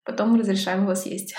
Потом мы разрешаем его съесть.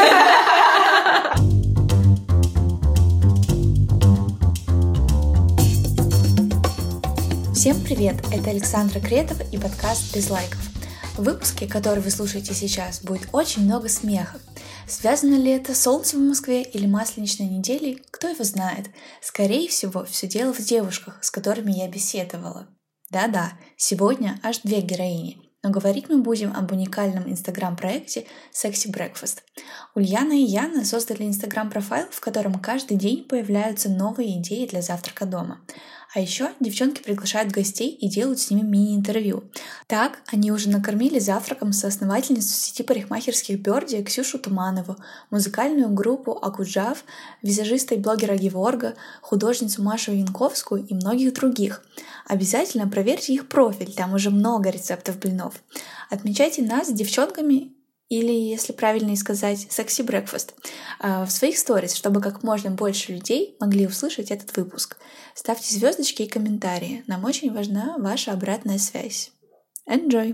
Всем привет! Это Александра Кретова и подкаст «Без лайков». В выпуске, который вы слушаете сейчас, будет очень много смеха. Связано ли это с солнцем в Москве или масленичной неделей, кто его знает. Скорее всего, все дело в девушках, с которыми я беседовала. Да-да, сегодня аж 2 героини. Но говорить мы будем об уникальном инстаграм-проекте Sexy Breakfast. Ульяна и Яна создали инстаграм-профайл, в котором каждый день появляются новые идеи для завтрака дома. А еще девчонки приглашают гостей и делают с ними мини-интервью. Так, они уже накормили завтраком соосновательницу сети парикмахерских Бёрди Ксюшу Туманову, музыкальную группу Акуджав, визажиста и блогера Геворга, художницу Машу Янковскую и многих других. Обязательно проверьте их профиль, там уже много рецептов блинов. Отмечайте нас с девчонками, или, если правильнее сказать, Sexy Breakfast, в своих сторис, чтобы как можно больше людей могли услышать этот выпуск. Ставьте звездочки и комментарии. Нам очень важна ваша обратная связь. Enjoy!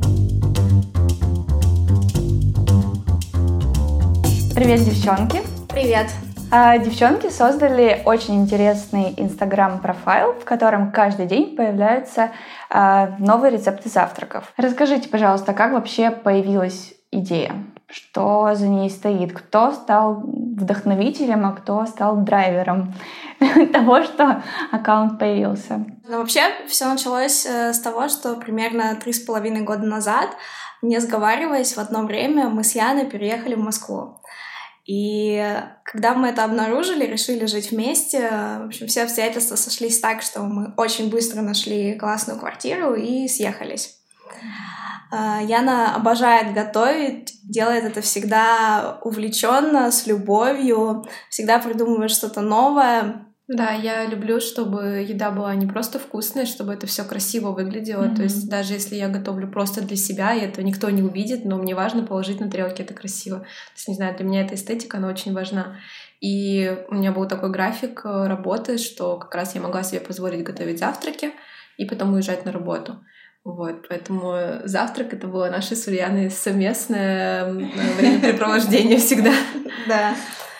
Привет, девчонки! Привет! Девчонки создали очень интересный инстаграм-профайл, в котором каждый день появляются новые рецепты завтраков. Расскажите, пожалуйста, как вообще появилась идея? Что за ней стоит? Кто стал вдохновителем, а кто стал драйвером того, что аккаунт появился? Ну, вообще, все началось с того, что примерно 3,5 года назад, не сговариваясь, в одно время мы с Яной переехали в Москву. И когда мы это обнаружили, решили жить вместе, в общем, все обстоятельства сошлись так, что мы очень быстро нашли классную квартиру и съехались. Яна обожает готовить, делает это всегда увлеченно, с любовью, всегда придумывает что-то новое. Да, я люблю, чтобы еда была не просто вкусная, чтобы это все красиво выглядело. То есть даже если я готовлю просто для себя, и это никто не увидит, но мне важно положить на тарелке это красиво. То есть, не знаю, для меня эта эстетика, она очень важна. И у меня был такой график работы, что как раз я могла себе позволить готовить завтраки и потом уезжать на работу. Вот, поэтому завтрак — это было наше с Ульяной совместное времяпрепровождение всегда. Да.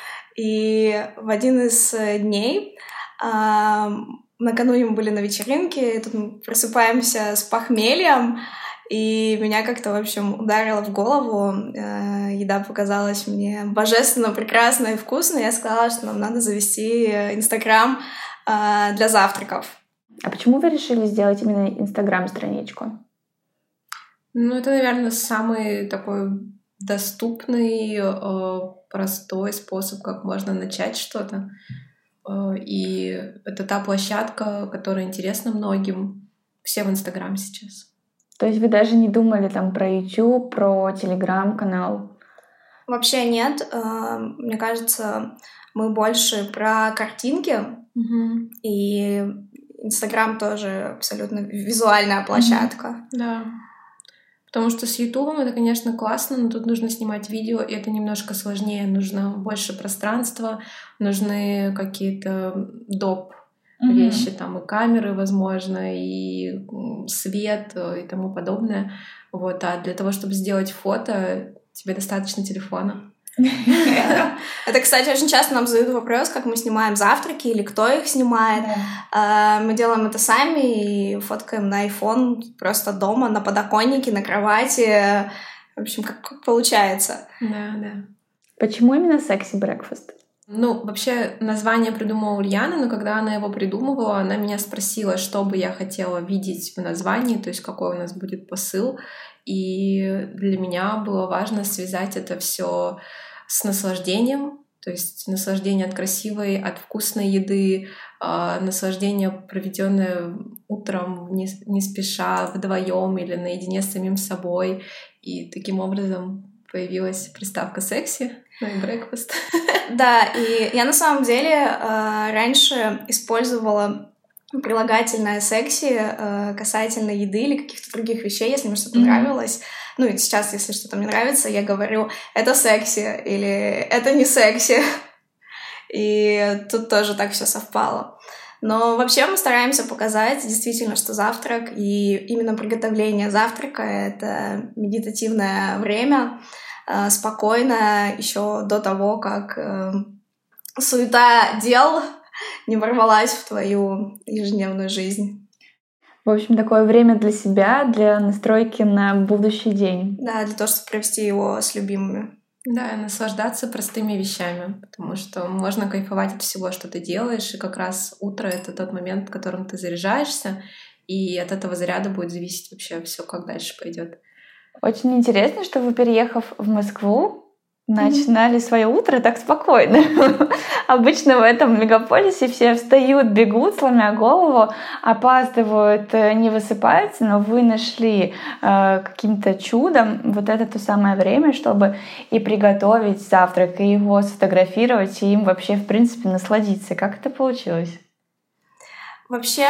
И в один из дней, накануне мы были на вечеринке, тут мы просыпаемся с похмельем, и меня как-то, в общем, ударило в голову. Еда показалась мне божественно, прекрасной и вкусной. Я сказала, что нам надо завести Инстаграм для завтраков. А почему вы решили сделать именно инстаграм-страничку? Ну, это, наверное, самый такой доступный, простой способ, как можно начать что-то. И это та площадка, которая интересна многим. Все в Инстаграм сейчас. То есть вы даже не думали там про YouTube, про Telegram-канал? Вообще нет. Мне кажется, мы больше про картинки. И Инстаграм тоже абсолютно визуальная площадка. Да. Потому что с Ютубом это, конечно, классно, но тут нужно снимать видео, и это немножко сложнее. Нужно больше пространства, нужны какие-то доп. Вещи, там и камеры, возможно, и свет, и тому подобное. Вот. А для того, чтобы сделать фото, тебе достаточно телефона. Это, кстати, очень часто нам задают вопрос, как мы снимаем завтраки или кто их снимает. Мы делаем это сами и фоткаем на iPhone просто дома, на подоконнике, на кровати. В общем, как получается. Да. Почему именно Sexy Breakfast? Ну, вообще, название придумала Ульяна, но когда она его придумывала, она меня спросила, что бы я хотела видеть в названии, то есть какой у нас будет посыл. И для меня было важно связать это все с наслаждением, то есть наслаждение от красивой, от вкусной еды, наслаждение, проведенное утром не спеша, вдвоем или наедине с самим собой. И таким образом появилась приставка «секси», ну и «breakfast». Да, и я на самом деле раньше использовала прилагательное «секси» касательно еды или каких-то других вещей, если мне что-то нравилось. Ну и сейчас, если что-то мне нравится, я говорю «это секси» или «это не секси». И тут тоже так все совпало. Но вообще мы стараемся показать действительно, что завтрак и именно приготовление завтрака — это медитативное время, спокойно еще до того, как суета дел не ворвалась в твою ежедневную жизнь. В общем, такое время для себя, для настройки на будущий день. Да, для того, чтобы провести его с любимыми. Да, и наслаждаться простыми вещами, потому что можно кайфовать от всего, что ты делаешь, и как раз утро — это тот момент, в котором ты заряжаешься, и от этого заряда будет зависеть вообще все, как дальше пойдет. Очень интересно, что вы, переехав в Москву, начинали свое утро так спокойно. Обычно в этом мегаполисе все встают, бегут, сломя голову, опаздывают, не высыпаются, но вы нашли каким-то чудом вот это то самое время, чтобы и приготовить завтрак, и его сфотографировать, и им вообще, в принципе, насладиться. Как это получилось? Вообще,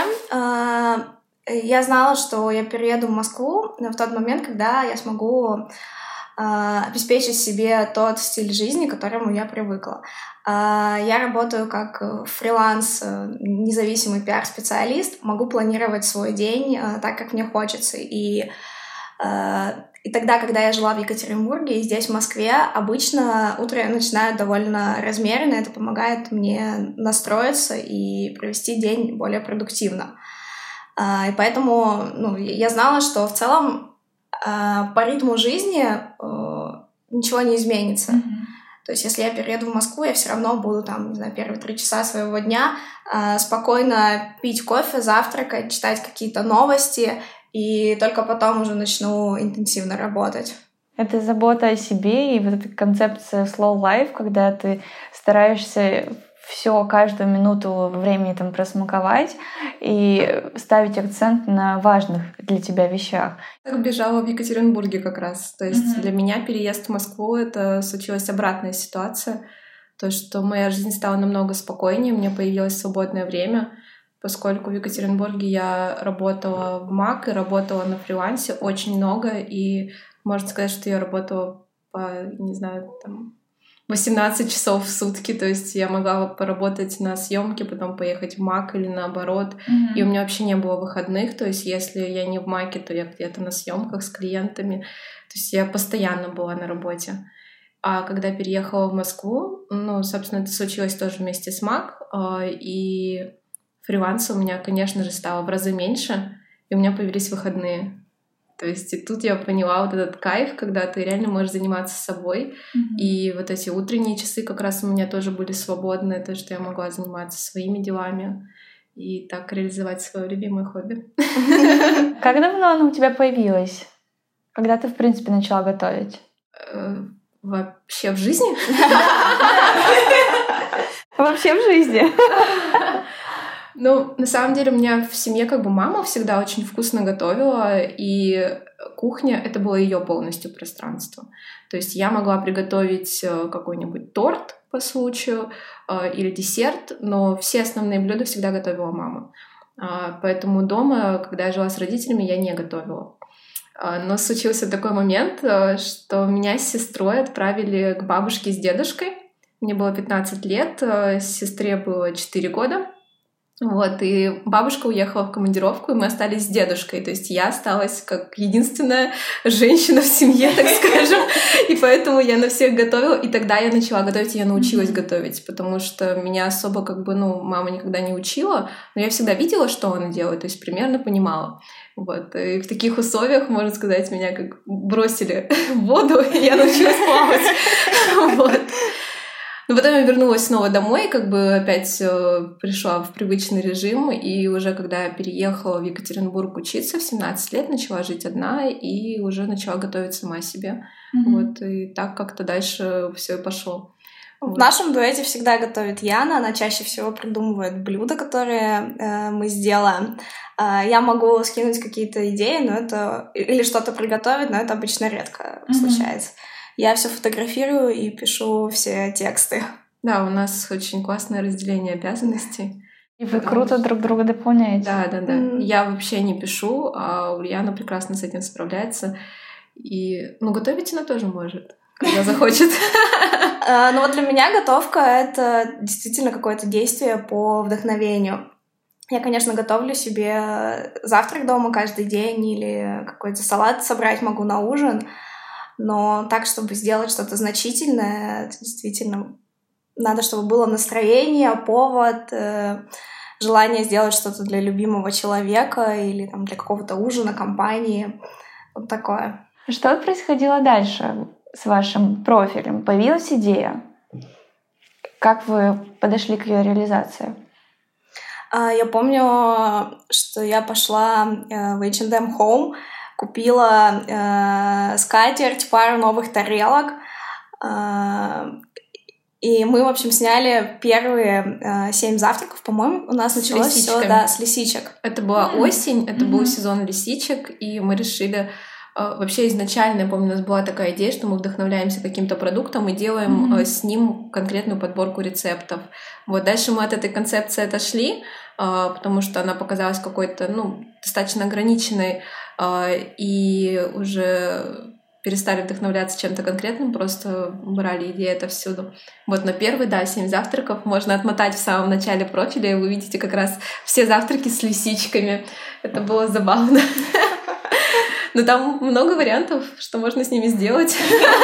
я знала, что я перееду в Москву в тот момент, когда я смогу обеспечить себе тот стиль жизни, к которому я привыкла. Я работаю как фриланс, независимый пиар-специалист, могу планировать свой день так, как мне хочется. И тогда, когда я жила в Екатеринбурге и здесь, в Москве, обычно утро я начинаю довольно размеренно, это помогает мне настроиться и провести день более продуктивно. И поэтому я знала, что в целом по ритму жизни ничего не изменится. То есть если я перееду в Москву, я все равно буду там, не знаю, первые 3 часа своего дня спокойно пить кофе, завтракать, читать какие-то новости, и только потом уже начну интенсивно работать. Это забота о себе и вот эта концепция slow life, когда ты стараешься все каждую минуту времени там просмаковать и ставить акцент на важных для тебя вещах. Так бежала в Екатеринбурге как раз. То есть для меня переезд в Москву — это случилась обратная ситуация. То, что моя жизнь стала намного спокойнее, у меня появилось свободное время, поскольку в Екатеринбурге я работала в МАК и работала на фрилансе очень много, и можно сказать, что я работала по, не знаю, 18 часов в сутки, то есть я могла поработать на съемке, потом поехать в МАК или наоборот, и у меня вообще не было выходных, то есть если я не в МАКе, то я где-то на съемках с клиентами, то есть я постоянно была на работе. А когда переехала в Москву, собственно, это случилось тоже вместе с МАК, и фриланса у меня, конечно же, стало в разы меньше, и у меня появились выходные. То есть и тут я поняла вот этот кайф, когда ты реально можешь заниматься собой. И вот эти утренние часы как раз у меня тоже были свободны, то, что я могла заниматься своими делами и так реализовать свое любимое хобби. Как давно оно у тебя появилось? Когда ты, в принципе, начала готовить? Вообще в жизни? Вообще в жизни. На самом деле у меня в семье мама всегда очень вкусно готовила, и кухня — это было ее полностью пространство. То есть я могла приготовить какой-нибудь торт по случаю или десерт, но все основные блюда всегда готовила мама. Поэтому дома, когда я жила с родителями, я не готовила. Но случился такой момент, что меня с сестрой отправили к бабушке с дедушкой. Мне было 15 лет, сестре было 4 года. И бабушка уехала в командировку, и мы остались с дедушкой. То есть я осталась как единственная женщина в семье, так скажем. И поэтому я на всех готовила. И тогда я начала готовить, и я научилась готовить. Потому что меня особо мама никогда не учила. Но я всегда видела, что она делает. То есть примерно понимала. И в таких условиях, можно сказать, меня бросили в воду, и я научилась плавать. Но потом я вернулась снова домой, опять пришла в привычный режим, и уже когда я переехала в Екатеринбург учиться в 17 лет, начала жить одна и уже начала готовить сама себе. И так как-то дальше все и пошло. В нашем дуэте всегда готовит Яна, она чаще всего придумывает блюда, которые мы сделаем. Я могу скинуть какие-то идеи, или что-то приготовить, но это обычно редко случается. Я все фотографирую и пишу все тексты. Да, у нас очень классное разделение обязанностей. И вы круто друг друга дополняете. Да. Я вообще не пишу, а Ульяна прекрасно с этим справляется. И, готовить она тоже может, когда захочет. Для меня готовка — это действительно какое-то действие по вдохновению. Я, конечно, готовлю себе завтрак дома каждый день или какой-то салат собрать могу на ужин. но так, чтобы сделать что-то значительное, это действительно надо, чтобы было настроение, повод, желание сделать что-то для любимого человека или там, для какого-то ужина, компании. Вот такое. Что происходило дальше с вашим профилем? Появилась идея. Как вы подошли к ее реализации? Я помню, что я пошла в H&M Home, купила скатерть, пару новых тарелок, и мы, в общем, сняли первые 7 завтраков, по-моему, у нас началось все с лисичек. Это была осень, это был сезон лисичек, и мы решили... Вообще изначально, я помню, у нас была такая идея, что мы вдохновляемся каким-то продуктом и делаем с ним конкретную подборку рецептов. Вот дальше мы от этой концепции отошли, потому что она показалась какой-то, достаточно ограниченной, и уже перестали вдохновляться чем-то конкретным, просто брали идеи отовсюду. Вот на первый, 7 завтраков можно отмотать в самом начале профиля, и вы увидите как раз все завтраки с лисичками. Это было забавно. Но там много вариантов, что можно с ними сделать.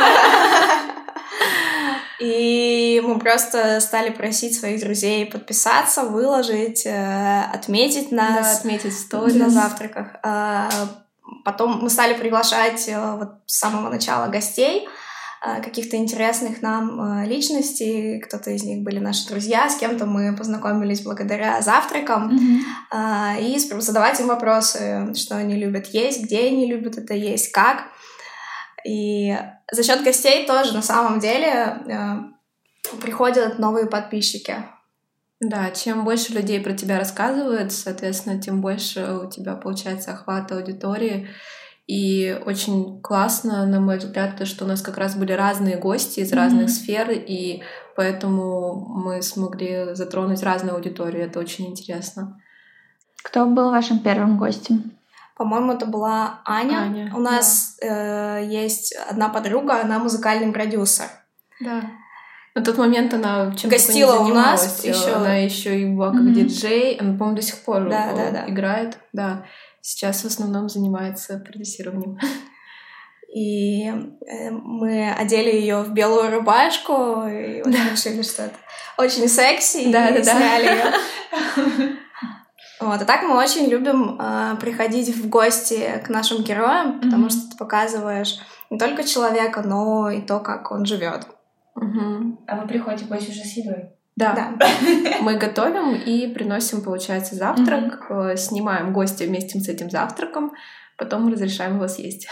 И мы просто стали просить своих друзей подписаться, выложить, отметить нас. Да, отметить сторис на завтраках. Потом мы стали приглашать с самого начала гостей, каких-то интересных нам личностей. Кто-то из них были наши друзья, с кем-то мы познакомились благодаря завтракам. И задавать им вопросы, что они любят есть, где они любят это есть, как. И за счет гостей тоже на самом деле приходят новые подписчики. Да, чем больше людей про тебя рассказывают, соответственно, тем больше у тебя получается охват аудитории. И очень классно, на мой взгляд, то, что у нас как раз были разные гости из разных сфер, и поэтому мы смогли затронуть разную аудиторию. Это очень интересно. Кто был вашим первым гостем? По-моему, это была Аня. У нас есть одна подруга, она музыкальный продюсер. Да. На тот момент она чем-то гостила у нас еще. Она еще и была как диджей. Она, по-моему, до сих пор играет. Да. Сейчас в основном занимается продюсированием. И мы одели ее в белую рубашку и решили, что это очень секси, и сняли ее. Вот. А так мы очень любим приходить в гости к нашим героям, потому что ты показываешь не только человека, но и то, как он живет. А вы приходите больше уже с едой? Да. Мы готовим и приносим, получается, завтрак, снимаем гостя вместе с этим завтраком, потом разрешаем его съесть.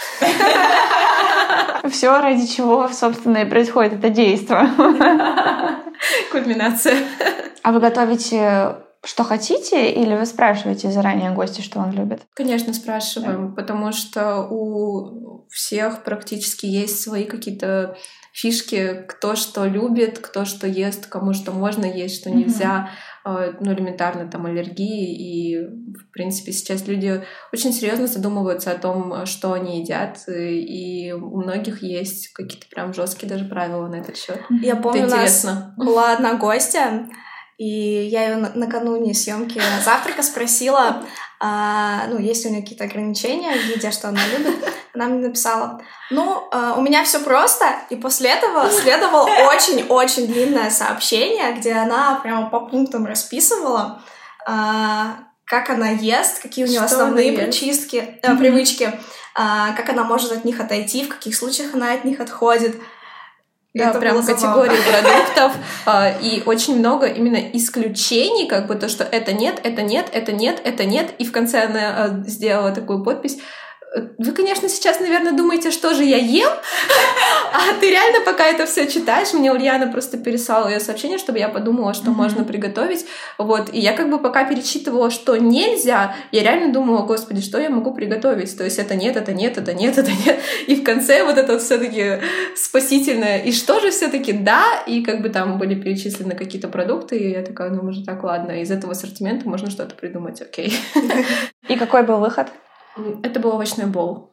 Все, ради чего, собственно, и происходит это действо. Кульминация. А вы готовите, что хотите, или вы спрашиваете заранее гостя, что он любит? Конечно, спрашиваем, потому что у всех практически есть свои какие-то фишки, кто что любит, кто что ест, кому что можно есть, что нельзя, элементарно там аллергии. И, в принципе, сейчас люди очень серьезно задумываются о том, что они едят, и у многих есть какие-то прям жесткие даже правила на этот счет. Я помню, у нас была одна гостья, и я ее накануне съемки завтрака спросила, есть ли у нее какие-то ограничения в еде, что она любит. Она мне написала, у меня все просто, и после этого следовало очень-очень длинное сообщение, где она прямо по пунктам расписывала, как она ест, какие у нее основные привычки, как она может от них отойти, в каких случаях она от них отходит. Да, это прям категории продуктов, и очень много именно исключений, как бы то, что это нет, это нет, это нет, это нет, и в конце она сделала такую подпись. Вы, конечно, сейчас, наверное, думаете, что же я ем, а ты реально пока это все читаешь. Мне Ульяна просто переслала ее сообщение, чтобы я подумала, что можно приготовить. Вот. И я как бы пока перечитывала, что нельзя, я реально думала, господи, что я могу приготовить? То есть это нет, это нет, это нет, это нет. И в конце вот это все-таки спасительное. И что же все-таки да? И как бы там были перечислены какие-то продукты, и я такая, уже так, ладно, из этого ассортимента можно что-то придумать, окей. И какой был выход? Это был овощной боул.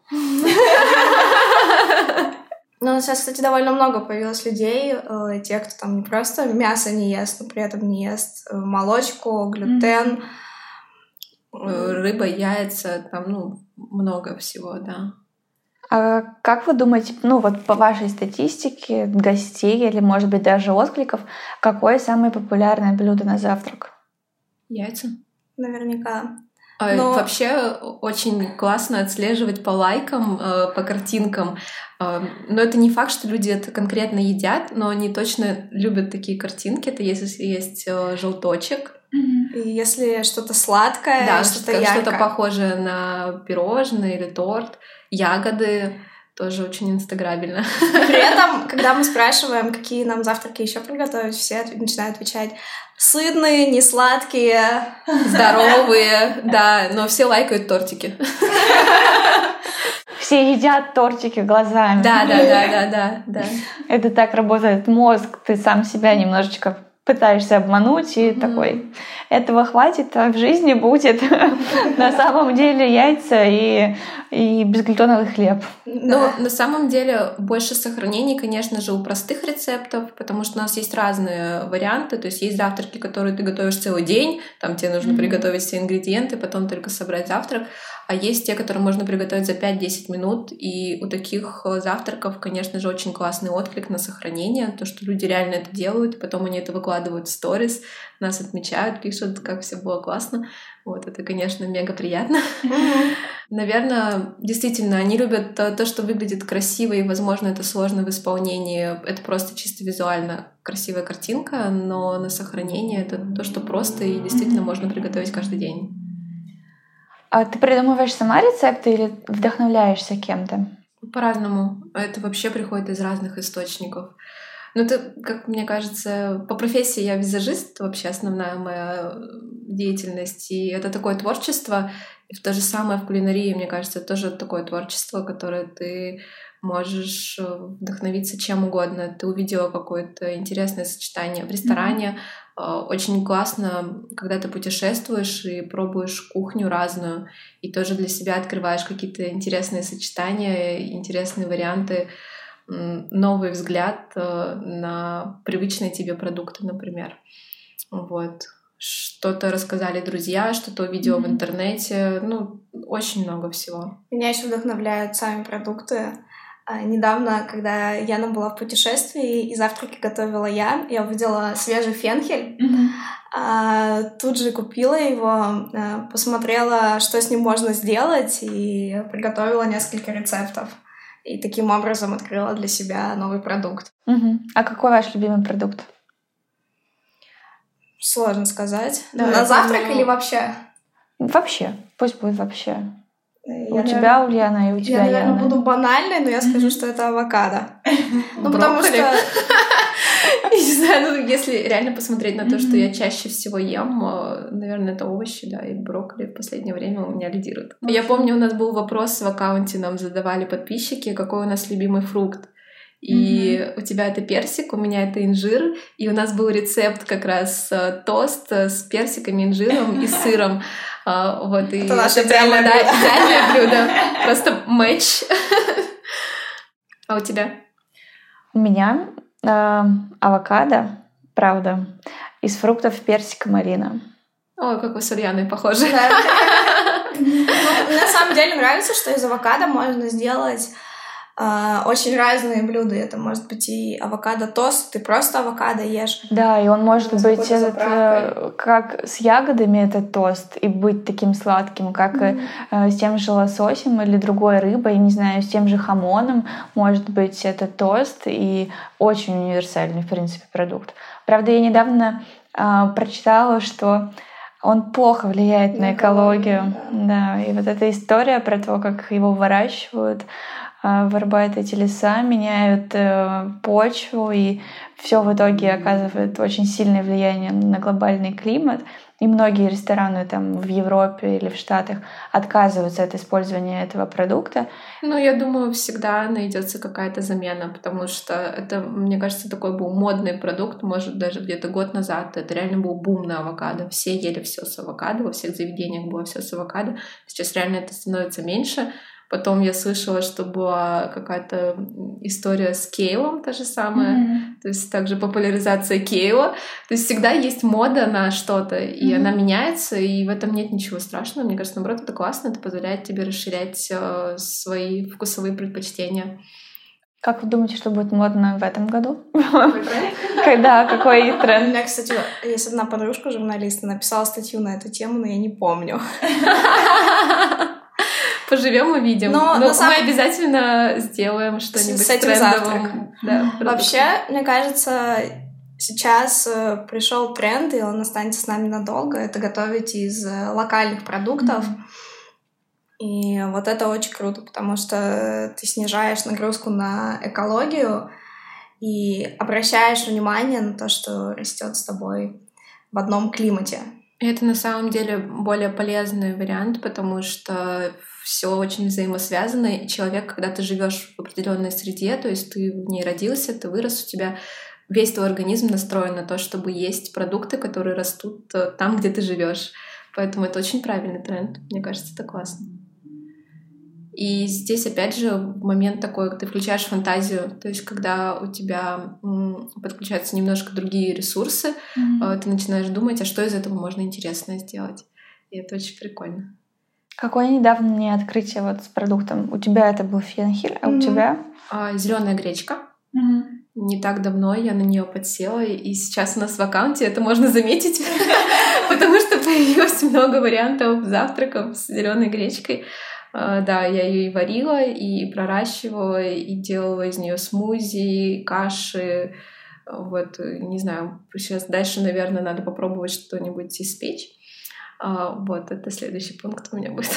Сейчас, кстати, довольно много появилось людей, тех, кто там не просто мясо не ест, но при этом не ест молочку, глютен. Рыба, яйца, там, много всего, да. А как вы думаете, вот по вашей статистике гостей или, может быть, даже откликов, какое самое популярное блюдо на завтрак? Яйца. Наверняка. Вообще очень классно отслеживать по лайкам, по картинкам. Но это не факт, что люди это конкретно едят, но они точно любят такие картинки. Это если есть желточек. И если что-то сладкое, да, что-то яркое. Что-то похожее на пирожное или торт. Ягоды тоже очень инстаграбельно. При этом, когда мы спрашиваем, какие нам завтраки еще приготовить, все начинают отвечать: сытные, несладкие, здоровые, да, но все лайкают тортики. Все едят тортики глазами. Да. Это так работает мозг, ты сам себя немножечко пытаешься обмануть и такой: этого хватит, а в жизни будет на самом деле яйца и безглютеновый хлеб. Ну, на самом деле больше сохранений, конечно же, у простых рецептов, потому что у нас есть разные варианты, то есть есть завтраки, которые ты готовишь целый день, там тебе нужно приготовить все ингредиенты, потом только собрать завтрак, а есть те, которые можно приготовить за 5-10 минут, и у таких завтраков, конечно же, очень классный отклик на сохранение, то, что люди реально это делают, потом они это выкладывают в сторис, нас отмечают, пишут, как все было классно. Вот, это, конечно, мега приятно. Наверное, действительно, они любят то, что выглядит красиво, и, возможно, это сложно в исполнении. Это просто чисто визуально красивая картинка, но на сохранение это то, что просто и действительно можно приготовить каждый день. А ты придумываешь сама рецепты или вдохновляешься кем-то? По-разному. Это вообще приходит из разных источников. Ну, это, как мне кажется, по профессии я визажист, вообще основная моя деятельность, и это такое творчество, и то же самое в кулинарии, мне кажется, тоже такое творчество, которое ты можешь вдохновиться чем угодно. Ты увидела какое-то интересное сочетание в ресторане. Очень классно, когда ты путешествуешь и пробуешь кухню разную, и тоже для себя открываешь какие-то интересные сочетания, интересные варианты, новый взгляд на привычные тебе продукты, например. Вот. Что-то рассказали друзья, что-то увидела в интернете. Ну, очень много всего. Меня еще вдохновляют сами продукты. Недавно, когда Яна была в путешествии и завтраки готовила я увидела свежий фенхель. Тут же купила его, посмотрела, что с ним можно сделать, и приготовила несколько рецептов. И таким образом открыла для себя новый продукт. А какой ваш любимый продукт? Сложно сказать. Да, на завтрак или вообще? Вообще. Пусть будет вообще. У тебя, Ульяна, и у тебя, Я, наверное, Яна. буду банальной, но я скажу, что это авокадо. Ну, потому что... Не знаю, если реально посмотреть на то, что я чаще всего ем, наверное, это овощи, да, и брокколи в последнее время у меня лидирует. Я помню, у нас был вопрос в аккаунте, нам задавали подписчики, какой у нас любимый фрукт. И у тебя это персик, у меня это инжир, и у нас был рецепт как раз тост с персиками, инжиром и сыром. Вот, и это наше прямо, идеальное блюдо. Идеальное блюдо. Просто матч. А у тебя? У меня авокадо, правда, из фруктов персик и малина. Ой, как вы с Ульяной похожи. На самом деле нравится, что из авокадо можно сделать очень разные блюда. Это может быть и авокадо-тост, ты просто авокадо ешь. Да, и он может быть как с ягодами этот тост, и быть таким сладким, как с тем же лососем или другой рыбой, не знаю, с тем же хамоном может быть этот тост, и очень универсальный, в принципе, продукт. Правда, я недавно прочитала, что он плохо влияет на экологию. Да, и вот эта история про то, как его выращивают, вырубают эти леса, меняют почву, и все в итоге оказывает очень сильное влияние на глобальный климат. И многие рестораны там в Европе или в Штатах отказываются от использования этого продукта. Ну, я думаю, всегда найдется какая-то замена, потому что это, мне кажется, такой был модный продукт, может, даже где-то год назад. Это реально был бум на авокадо. Все ели все с авокадо, во всех заведениях было все с авокадо. Сейчас реально это становится меньше. Потом я слышала, что была какая-то история с кейлом, та же самая. То есть также популяризация кейла. То есть всегда есть мода на что-то, и она меняется, и в этом нет ничего страшного. Мне кажется, наоборот, это классно, это позволяет тебе расширять свои вкусовые предпочтения. Как вы думаете, что будет модно в этом году? Когда? Какой тренд? У меня, кстати, есть одна подружка, журналист, написала статью на эту тему, но я не помню. Поживем, увидим. Но мы обязательно сделаем что-нибудь с этим трендовым. Вообще, мне кажется, сейчас пришел тренд, и он останется с нами надолго. Это готовить из локальных продуктов. И вот это очень круто, потому что ты снижаешь нагрузку на экологию и обращаешь внимание на то, что растет с тобой в одном климате. И это на самом деле более полезный вариант, потому что все очень взаимосвязано, и человек, когда ты живешь в определенной среде, то есть ты в ней родился, ты вырос, у тебя весь твой организм настроен на то, чтобы есть продукты, которые растут там, где ты живешь. Поэтому это очень правильный тренд. Мне кажется, это классно. И здесь, опять же, момент такой, ты включаешь фантазию, то есть когда у тебя подключаются немножко другие ресурсы, ты начинаешь думать, а что из этого можно интересное сделать. И это очень прикольно. Какое недавнее открытие вот с продуктом? У тебя это был фенхель, а у тебя? Зеленая гречка. Не так давно я на нее подсела, и сейчас у нас в аккаунте это можно заметить, потому что появилось много вариантов завтраков с зеленой гречкой. Да, я ее и варила, и проращивала, и делала из нее смузи, каши. Вот, не знаю, сейчас дальше, наверное, надо попробовать что-нибудь испечь. Вот, это следующий пункт у меня будет.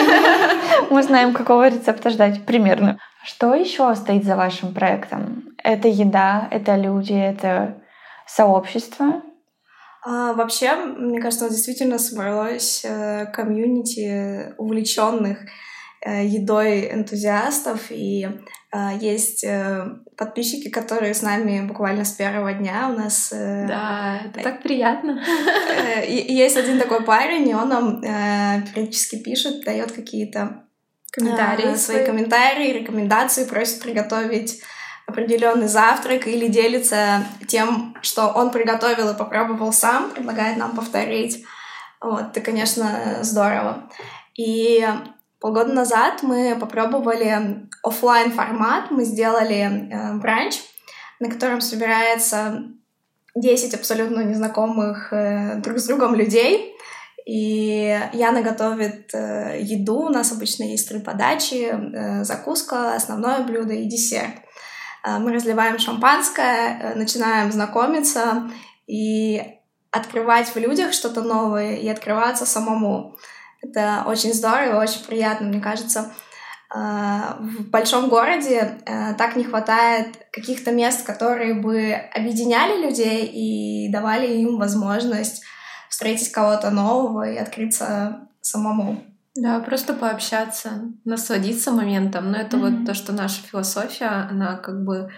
Мы знаем, какого рецепта ждать примерно. Что еще стоит за вашим проектом? Это еда, это люди, это сообщество? Вообще, мне кажется, действительно собралось комьюнити увлеченных едой энтузиастов, и есть подписчики, которые с нами буквально с первого дня. У нас... Да, это так приятно. Есть один такой парень, и он нам периодически пишет, дает какие-то свои комментарии, рекомендации, просит приготовить определенный завтрак или делится тем, что он приготовил и попробовал сам, предлагает нам повторить. Вот, это, конечно, здорово. И полгода назад мы попробовали офлайн формат, мы сделали бранч, на котором собирается 10 абсолютно незнакомых друг с другом людей, и Яна готовит еду, у нас обычно есть 3 подачи, закуска, основное блюдо и десерт. Мы разливаем шампанское, начинаем знакомиться и открывать в людях что-то новое и открываться самому. Это очень здорово, очень приятно, мне кажется. В большом городе так не хватает каких-то мест, которые бы объединяли людей и давали им возможность встретить кого-то нового и открыться самому. Да, просто пообщаться, насладиться моментом. Но это вот то, что наша философия, она как бы...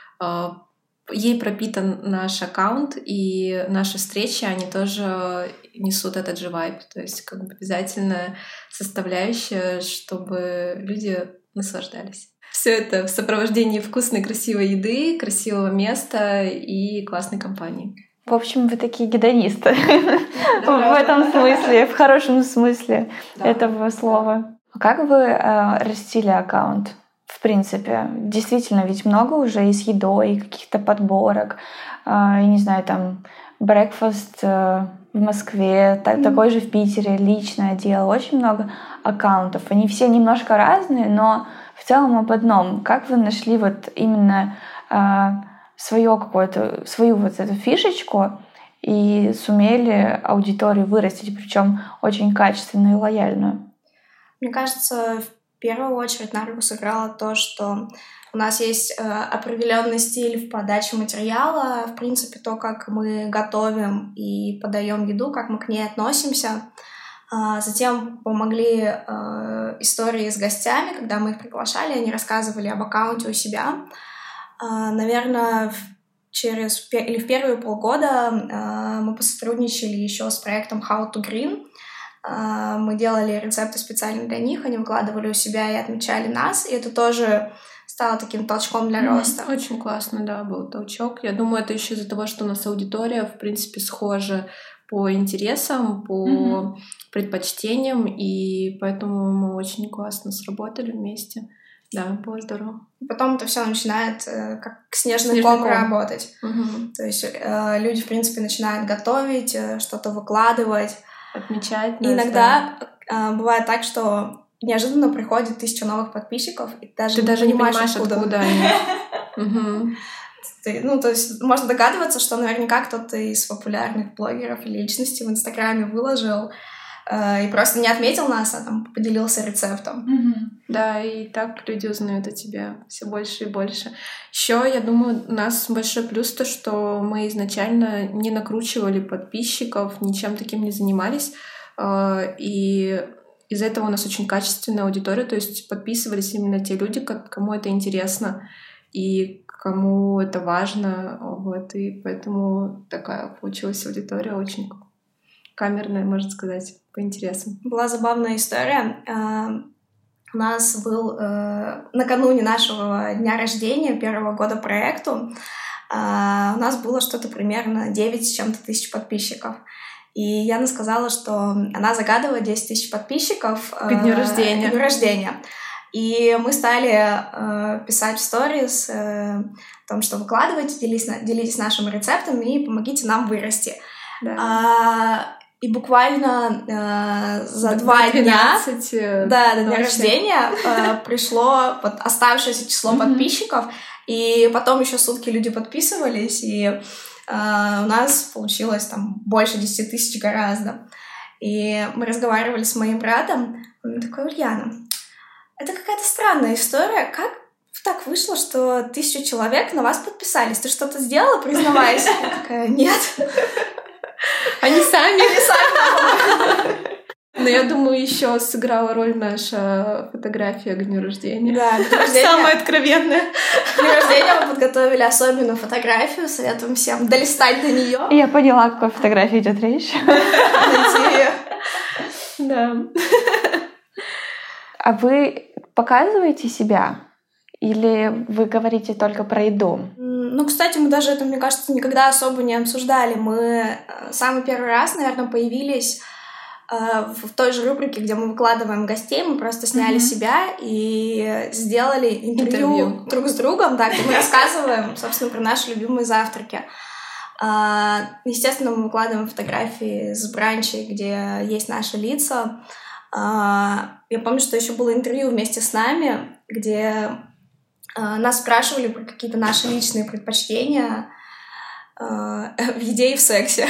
ей пропитан наш аккаунт, и наши встречи, они тоже несут этот же вайб. То есть как бы обязательная составляющая, чтобы люди наслаждались. Все это в сопровождении вкусной, красивой еды, красивого места и классной компании. В общем, вы такие гедонисты в этом смысле, в хорошем смысле этого слова. Как вы растили аккаунт? В принципе, действительно, ведь много уже и с едой, и каких-то подборок. Я не знаю, там, брекфаст в Москве, такой же в Питере, личное дело. Очень много аккаунтов. Они все немножко разные, но в целом об одном. Как вы нашли вот именно свою вот эту фишечку и сумели аудиторию вырастить, причем очень качественную и лояльную? Мне кажется, в первую очередь на руку сыграло то, что у нас есть определенный стиль в подаче материала, в принципе, то, как мы готовим и подаем еду, как мы к ней относимся. Затем помогли истории с гостями, когда мы их приглашали, они рассказывали об аккаунте у себя. Наверное, в первые полгода мы посотрудничали еще с проектом How to Green. Мы делали рецепты специально для них, они выкладывали у себя и отмечали нас, и это тоже стало таким толчком для роста. Очень классно, да, был толчок. Я думаю, это еще из-за того, что у нас аудитория, в принципе, схожа по интересам, по предпочтениям, и поэтому мы очень классно сработали вместе. Да, было здорово. Потом это все начинает как снежный ком работать. То есть люди, в принципе, начинают готовить, что-то выкладывать. Отмечать. И иногда бывает так, что неожиданно приходит 1000 новых подписчиков, и ты даже не понимаешь, откуда они. То есть можно догадываться, что наверняка кто-то из популярных блогеров или личностей в Инстаграме выложил и просто не отметил нас, а там поделился рецептом. Да, и так люди узнают о тебе все больше и больше. Еще, я думаю, у нас большой плюс то, что мы изначально не накручивали подписчиков, ничем таким не занимались, и из-за этого у нас очень качественная аудитория, то есть подписывались именно те люди, кому это интересно и кому это важно, вот, и поэтому такая получилась аудитория очень камерная, можно сказать, по интересам. Была забавная история. У нас был накануне нашего дня рождения, первого года проекту, у нас было что-то примерно 9 с чем-то тысяч подписчиков. И Яна сказала, что она загадывает 10 тысяч подписчиков к дню рождения. И мы стали писать в сторис о том, что выкладывайте, делитесь нашими рецептами и помогите нам вырасти. Да. И буквально за 2 дня до дня рождения пришло оставшееся число подписчиков, и потом еще сутки люди подписывались, и у нас получилось там больше 10 тысяч гораздо. И мы разговаривали с моим братом, он такой: Ульяна, это какая-то странная история, как так вышло, что 1000 человек на вас подписались? Ты что-то сделала, признавайся? Я такая: нет. Они сами. Но я думаю, еще сыграла роль наша фотография к дню рождения. Да, к дню рождения. Самая откровенная. К дню рождения мы подготовили особенную фотографию. Советуем всем долистать до нее. Я поняла, о какой фотографии идет речь. Да. А вы показываете себя? Или вы говорите только про еду? Ну, кстати, мы даже это, мне кажется, никогда особо не обсуждали. Мы самый первый раз, наверное, появились в той же рубрике, где мы выкладываем гостей. Мы просто сняли себя и сделали интервью друг с другом, да, где мы рассказываем, собственно, про наши любимые завтраки. Естественно, мы выкладываем фотографии с бранчей, где есть наши лица. Я помню, что еще было интервью вместе с нами, где нас спрашивали про какие-то наши личные предпочтения в еде и в сексе.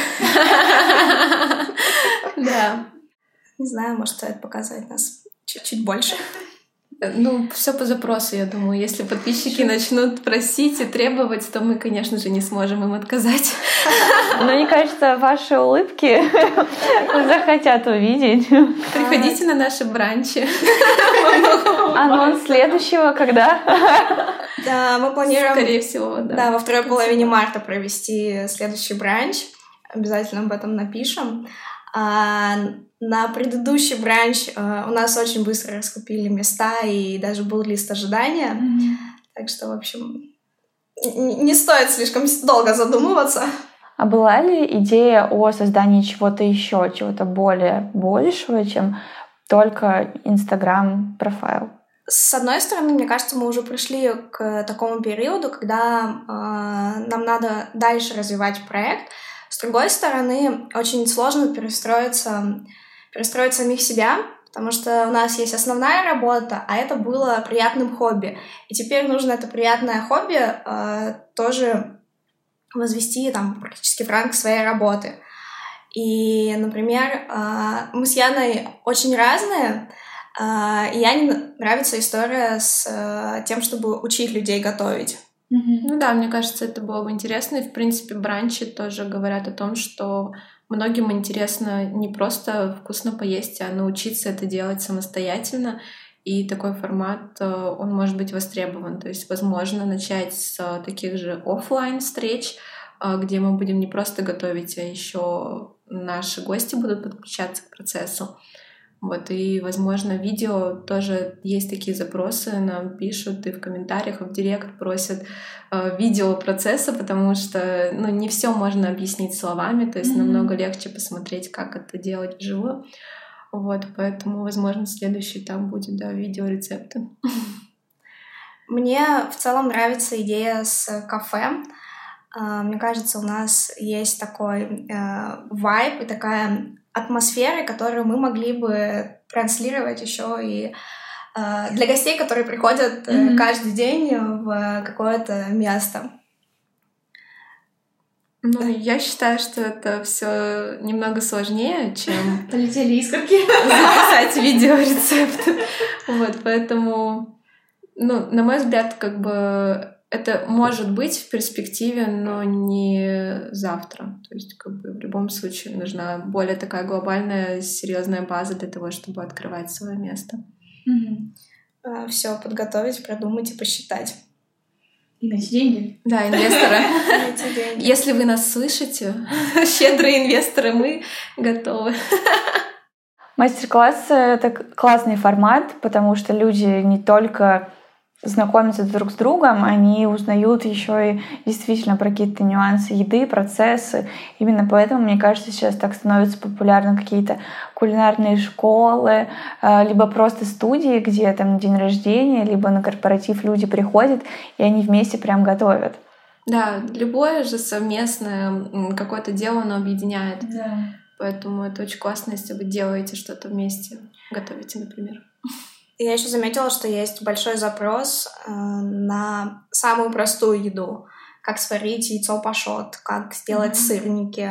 Да. Не знаю, может, стоит показывать нас чуть-чуть больше. Ну, все по запросу, я думаю. Если подписчики начнут просить и требовать, то мы, конечно же, не сможем им отказать. Но мне кажется, ваши улыбки захотят увидеть. Приходите на наши бранчи. Анонс следующего когда? Да, мы планируем... Скорее всего, да. Да, во второй половине марта провести следующий бранч. Обязательно об этом напишем. На предыдущий бранч у нас очень быстро раскупили места, и даже был лист ожидания. Так что, в общем, не стоит слишком долго задумываться. А была ли идея о создании чего-то еще, чего-то более большего, чем только Instagram-профайл? С одной стороны, мне кажется, мы уже пришли к такому периоду, когда нам надо дальше развивать проект. С другой стороны, очень сложно перестроить самих себя, потому что у нас есть основная работа, а это было приятным хобби. И теперь нужно это приятное хобби тоже возвести там практически в ранг своей работы. И, например, мы с Яной очень разные, и Яне нравится история с тем, чтобы учить людей готовить. Ну да, мне кажется, это было бы интересно. И, в принципе, бранчи тоже говорят о том, что многим интересно не просто вкусно поесть, а научиться это делать самостоятельно. И такой формат, он может быть востребован. То есть, возможно, начать с таких же офлайн встреч, где мы будем не просто готовить, а еще наши гости будут подключаться к процессу. Вот, и, возможно, видео тоже есть такие запросы, нам пишут и в комментариях, и в директ просят видео процесса, потому что не все можно объяснить словами, то есть намного легче посмотреть, как это делать вживую. Вот, поэтому, возможно, следующий этап будет, видеорецепты. Мне в целом нравится идея с кафе. Мне кажется, у нас есть такой вайб и такая атмосфера, которую мы могли бы транслировать еще и для гостей, которые приходят каждый день в какое-то место. Я считаю, что это все немного сложнее, чем полетели искорки записать видеорецепты. Вот, поэтому, на мой взгляд, это может быть в перспективе, но не завтра. То есть, в любом случае нужна более такая глобальная, серьезная база для того, чтобы открывать свое место. Все подготовить, продумать и посчитать. И найти деньги. Да, инвесторы. Если вы нас слышите, щедрые инвесторы, мы готовы. Мастер-класс — это классный формат, потому что люди не только знакомятся друг с другом, они узнают еще и действительно про какие-то нюансы еды, процессы. Именно поэтому, мне кажется, сейчас так становятся популярны какие-то кулинарные школы, либо просто студии, где там день рождения, либо на корпоратив люди приходят, и они вместе прям готовят. Да, любое же совместное какое-то дело, оно объединяет. Да. Поэтому это очень классно, если вы делаете что-то вместе, готовите, например. Я еще заметила, что есть большой запрос на самую простую еду. Как сварить яйцо пашот, как сделать сырники,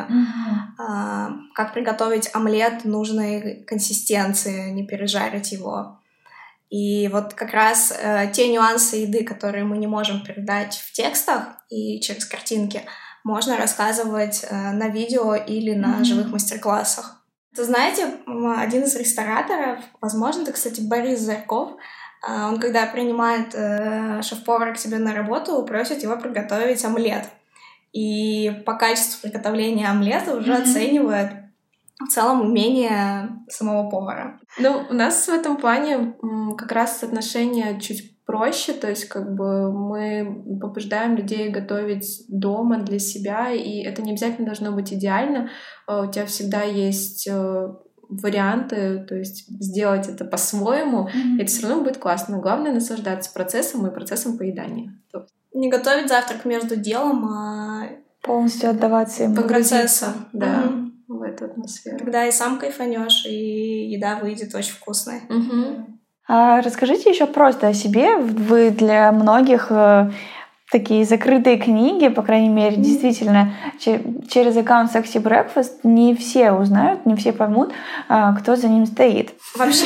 как приготовить омлет нужной консистенции, не пережарить его. И вот как раз те нюансы еды, которые мы не можем передать в текстах и через картинки, можно рассказывать на видео или на живых мастер-классах. Знаете, один из рестораторов, возможно, это, кстати, Борис Зарьков, он, когда принимает шеф-повара к себе на работу, просит его приготовить омлет. И по качеству приготовления омлета уже оценивает в целом умение самого повара. У нас в этом плане как раз отношения чуть проще, то есть мы побуждаем людей готовить дома для себя, и это не обязательно должно быть идеально. У тебя всегда есть варианты, то есть сделать это по-своему, и это все равно будет классно. Главное — наслаждаться процессом и процессом поедания. Не готовить завтрак между делом, а полностью отдаваться ему. Погрузиться, да, в эту атмосферу. Когда и сам кайфанешь, и еда выйдет очень вкусной. Расскажите еще просто о себе. Вы для многих такие закрытые книги, по крайней мере, действительно, через аккаунт Sexy Breakfast не все узнают, не все поймут, кто за ним стоит. Вообще,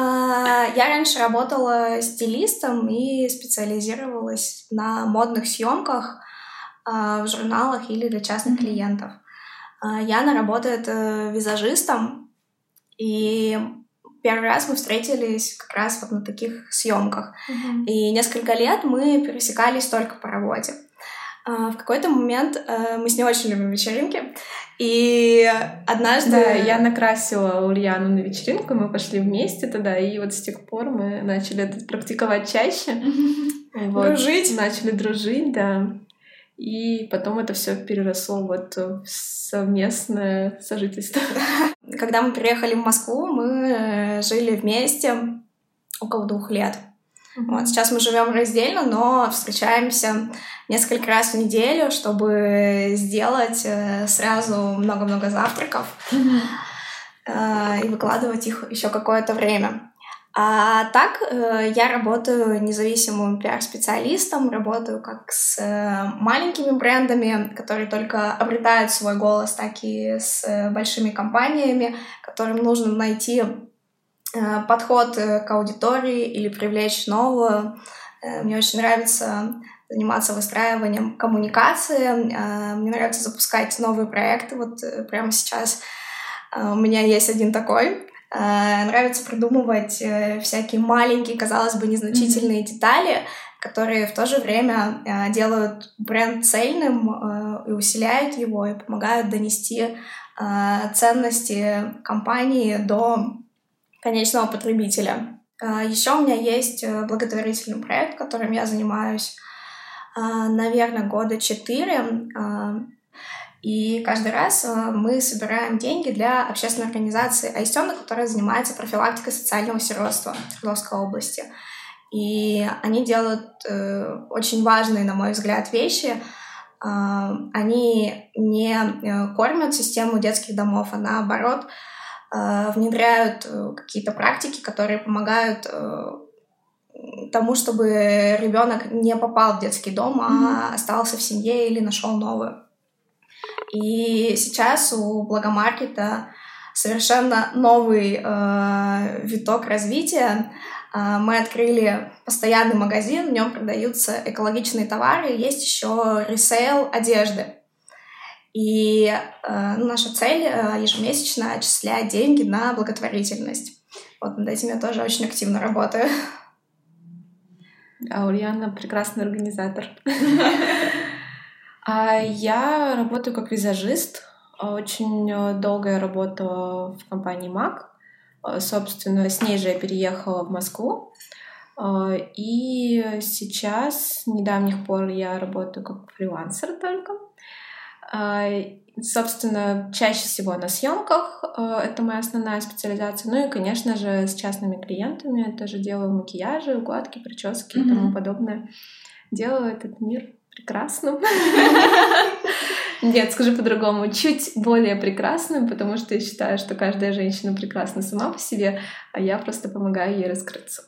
я раньше работала стилистом и специализировалась на модных съемках в журналах или для частных клиентов. Яна работает визажистом, и первый раз мы встретились как раз вот на таких съемках. И несколько лет мы пересекались только по работе. В какой-то момент мы с ней очень любим вечеринки. И однажды... Да, я накрасила Ульяну на вечеринку, мы пошли вместе туда, и вот с тех пор мы начали это практиковать чаще. Дружить. Начали дружить, да. И потом это все переросло в совместное сожительство. Когда мы переехали в Москву, мы жили вместе около 2 лет. Вот, сейчас мы живем раздельно, но встречаемся несколько раз в неделю, чтобы сделать сразу много-много завтраков и выкладывать их еще какое-то время. А так я работаю независимым пиар-специалистом, работаю как с маленькими брендами, которые только обретают свой голос, так и с большими компаниями, которым нужно найти подход к аудитории или привлечь новую. Мне очень нравится заниматься выстраиванием коммуникации, мне нравится запускать новые проекты. Вот прямо сейчас у меня есть один такой. Нравится придумывать всякие маленькие, казалось бы, незначительные детали, которые в то же время делают бренд цельным и усиляют его, и помогают донести ценности компании до конечного потребителя. Еще у меня есть благотворительный проект, которым я занимаюсь, наверное, 4 года. И каждый раз мы собираем деньги для общественной организации АИСТёНа, которая занимается профилактикой социального сиротства в Свердловской области. И они делают очень важные, на мой взгляд, вещи. Они не кормят систему детских домов, а наоборот внедряют какие-то практики, которые помогают тому, чтобы ребенок не попал в детский дом, а остался в семье или нашел новую. И сейчас у Благомаркета совершенно новый виток развития. Мы открыли постоянный магазин, в нем продаются экологичные товары, есть еще ресейл одежды. И наша цель ежемесячно отчислять деньги на благотворительность. Вот над этим я тоже очень активно работаю. А Ульяна прекрасный организатор. Я работаю как визажист. Очень долго я работала в компании MAC. Собственно, с ней же я переехала в Москву. И сейчас, с недавних пор, я работаю как фрилансер только. Собственно, чаще всего на съемках. Это моя основная специализация. Ну и, конечно же, с частными клиентами. Я тоже делаю макияжи, укладки, прически и тому подобное. Делаю этот мир прекрасным. Нет, скажу по-другому, чуть более прекрасным, потому что я считаю, что каждая женщина прекрасна сама по себе, а я просто помогаю ей раскрыться.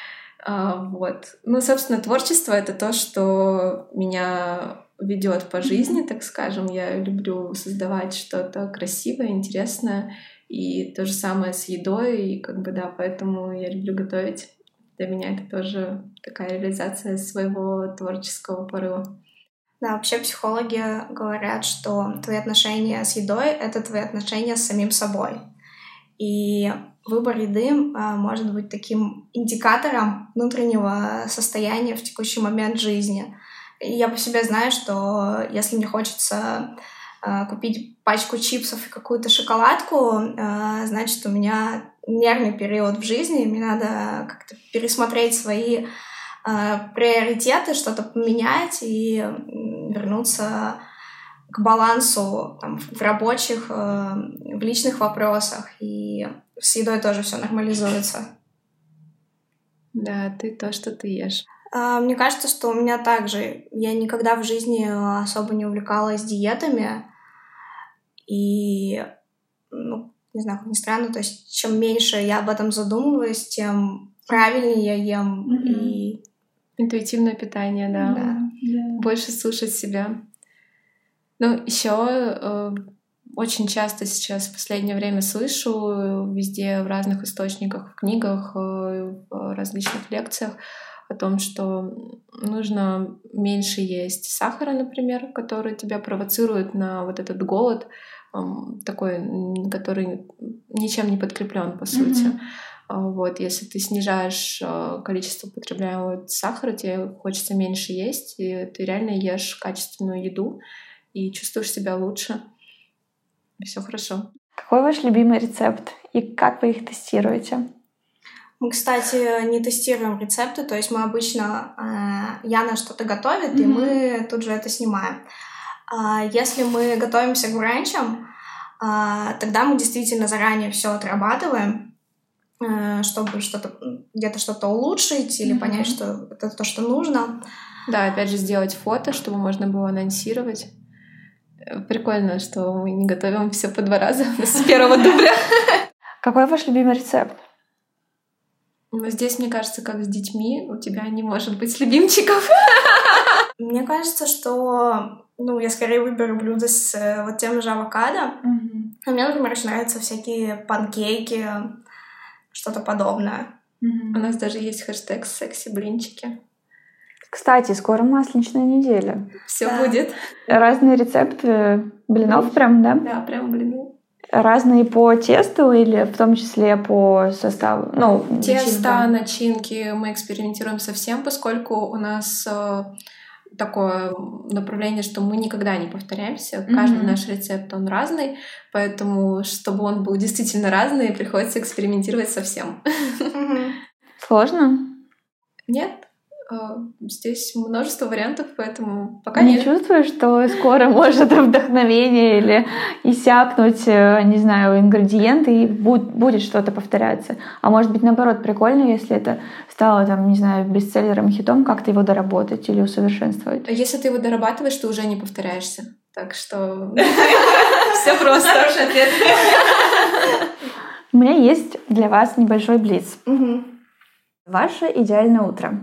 Вот. Ну, собственно, творчество — это то, что меня ведет по жизни, так скажем. Я люблю создавать что-то красивое, интересное, и то же самое с едой, и поэтому я люблю готовить. Для меня это тоже такая реализация своего творческого порыва. Да, вообще психологи говорят, что твои отношения с едой — это твои отношения с самим собой. И выбор еды может быть таким индикатором внутреннего состояния в текущий момент жизни. И я по себе знаю, что если мне хочется купить пачку чипсов и какую-то шоколадку, значит, у меня нервный период в жизни, мне надо как-то пересмотреть свои приоритеты, что-то поменять и вернуться к балансу в рабочих, в личных вопросах. И с едой тоже все нормализуется. Да, ты то, что ты ешь. Мне кажется, что у меня также. Я никогда в жизни особо не увлекалась диетами. И, не знаю, как ни странно, то есть чем меньше я об этом задумываюсь, тем правильнее я ем. И... Интуитивное питание, да. Больше слушать себя. Ну, еще очень часто сейчас в последнее время слышу везде в разных источниках, в книгах, в различных лекциях о том, что нужно меньше есть сахара, например, который тебя провоцирует на вот этот голод, такой, который ничем не подкреплен, по сути. Вот, если ты снижаешь количество потребляемого сахара, тебе хочется меньше есть, и ты реально ешь качественную еду и чувствуешь себя лучше. И всё хорошо. Какой ваш любимый рецепт и как вы их тестируете? Мы, кстати, не тестируем рецепты, то есть мы обычно Яна что-то готовит, и мы тут же это снимаем. Если мы готовимся к бранчам, тогда мы действительно заранее все отрабатываем, чтобы где-то что-то улучшить или понять, что это то, что нужно. Да, опять же, сделать фото, чтобы можно было анонсировать. Прикольно, что мы не готовим все по 2 раза с первого дубля. Какой ваш любимый рецепт? Здесь, мне кажется, как с детьми, у тебя не может быть любимчиков. Мне кажется, что я скорее выберу блюдо с вот тем же авокадо. А мне, например, очень нравятся всякие панкейки, что-то подобное. У нас даже есть хэштег «секси-блинчики». Кстати, скоро масленичная неделя. Все будет. Разные рецепты блинов прям, да? Да, прям блины. разные по тесту или в том числе по составу? Тесто, начинки мы экспериментируем со всем, поскольку у нас такое направление, что мы никогда не повторяемся. Каждый наш рецепт, он разный, поэтому, чтобы он был действительно разный, приходится экспериментировать со всем. Сложно? Нет. Здесь множество вариантов, поэтому пока не нет. Чувствуешь, что скоро может вдохновение или иссякнуть, не знаю, ингредиенты, и будет что-то повторяться? А может быть, наоборот, прикольно, если это стало, не знаю, бестселлером, хитом, как-то его доработать или усовершенствовать? Если ты его дорабатываешь, ты уже не повторяешься. Так что все просто. Хороший ответ. У меня есть для вас небольшой блиц. Ваше идеальное утро.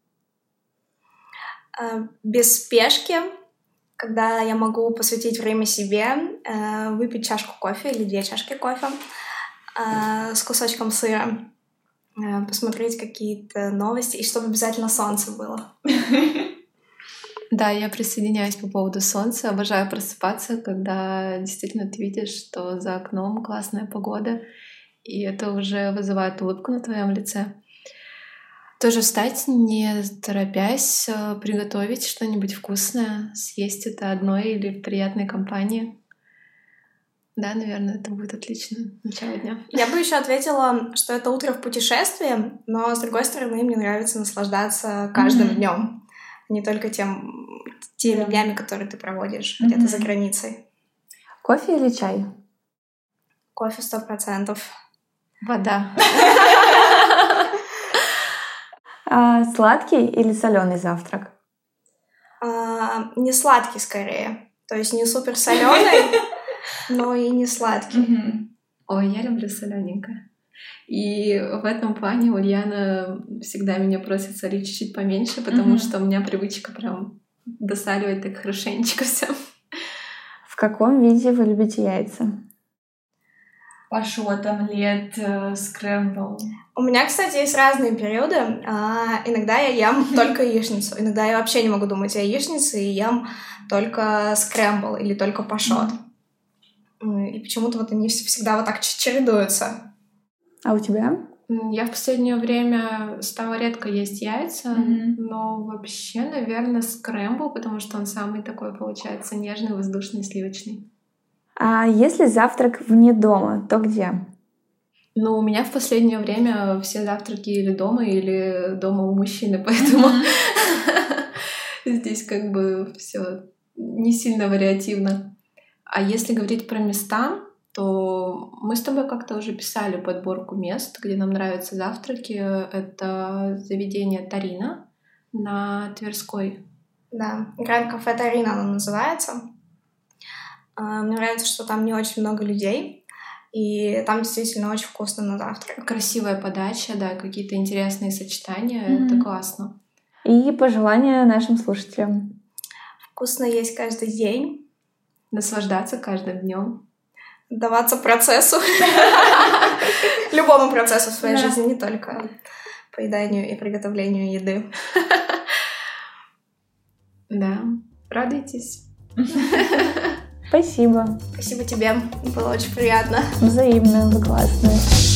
Без спешки, когда я могу посвятить время себе, выпить чашку кофе или 2 чашки кофе с кусочком сыра, посмотреть какие-то новости, и чтобы обязательно солнце было. Да, я присоединяюсь по поводу солнца. Обожаю просыпаться, когда действительно ты видишь, что за окном классная погода, и это уже вызывает улыбку на твоем лице. Тоже встать, не торопясь, приготовить что-нибудь вкусное, съесть это одной или в приятной компании. Да, наверное, это будет отличное начало дня. Я бы еще ответила, что это утро в путешествии, но, с другой стороны, мне нравится наслаждаться каждым днем, не только теми днями, которые ты проводишь где-то за границей. Кофе или чай? Кофе 100%. Вода. Сладкий или соленый завтрак? Не сладкий скорее. То есть не супер соленый, но и не сладкий. Ой, я люблю солененькое. И в этом плане Ульяна всегда меня просит солить чуть-чуть поменьше, потому что у меня привычка прям досаливать так хорошенечко все. В каком виде вы любите яйца? Пашот, омлет, скрэмбл. У меня, кстати, есть разные периоды. Иногда я ем только яичницу. Иногда я вообще не могу думать о яичнице и ем только скрэмбл или только пашот. И почему-то вот они всегда вот так чередуются. А у тебя? Я в последнее время стала редко есть яйца, но вообще, наверное, скрэмбл, потому что он самый такой, получается, нежный, воздушный, сливочный. А если завтрак вне дома, то где? У меня в последнее время все завтраки или дома у мужчины, поэтому здесь как бы все не сильно вариативно. А если говорить про места, то мы с тобой как-то уже писали подборку мест, где нам нравятся завтраки. Это заведение Тарина на Тверской. Да, Гранд-кафе Тарина оно называется. Мне нравится, что там не очень много людей, и там действительно очень вкусно на завтрак. Красивая подача, да, какие-то интересные сочетания, это классно. И пожелания нашим слушателям. Вкусно есть каждый день. Наслаждаться каждым днем. Даваться процессу. Любому процессу в своей жизни, не только поеданию и приготовлению еды. Да, радуйтесь. Спасибо. Спасибо тебе. Было очень приятно. Взаимно, вы классные.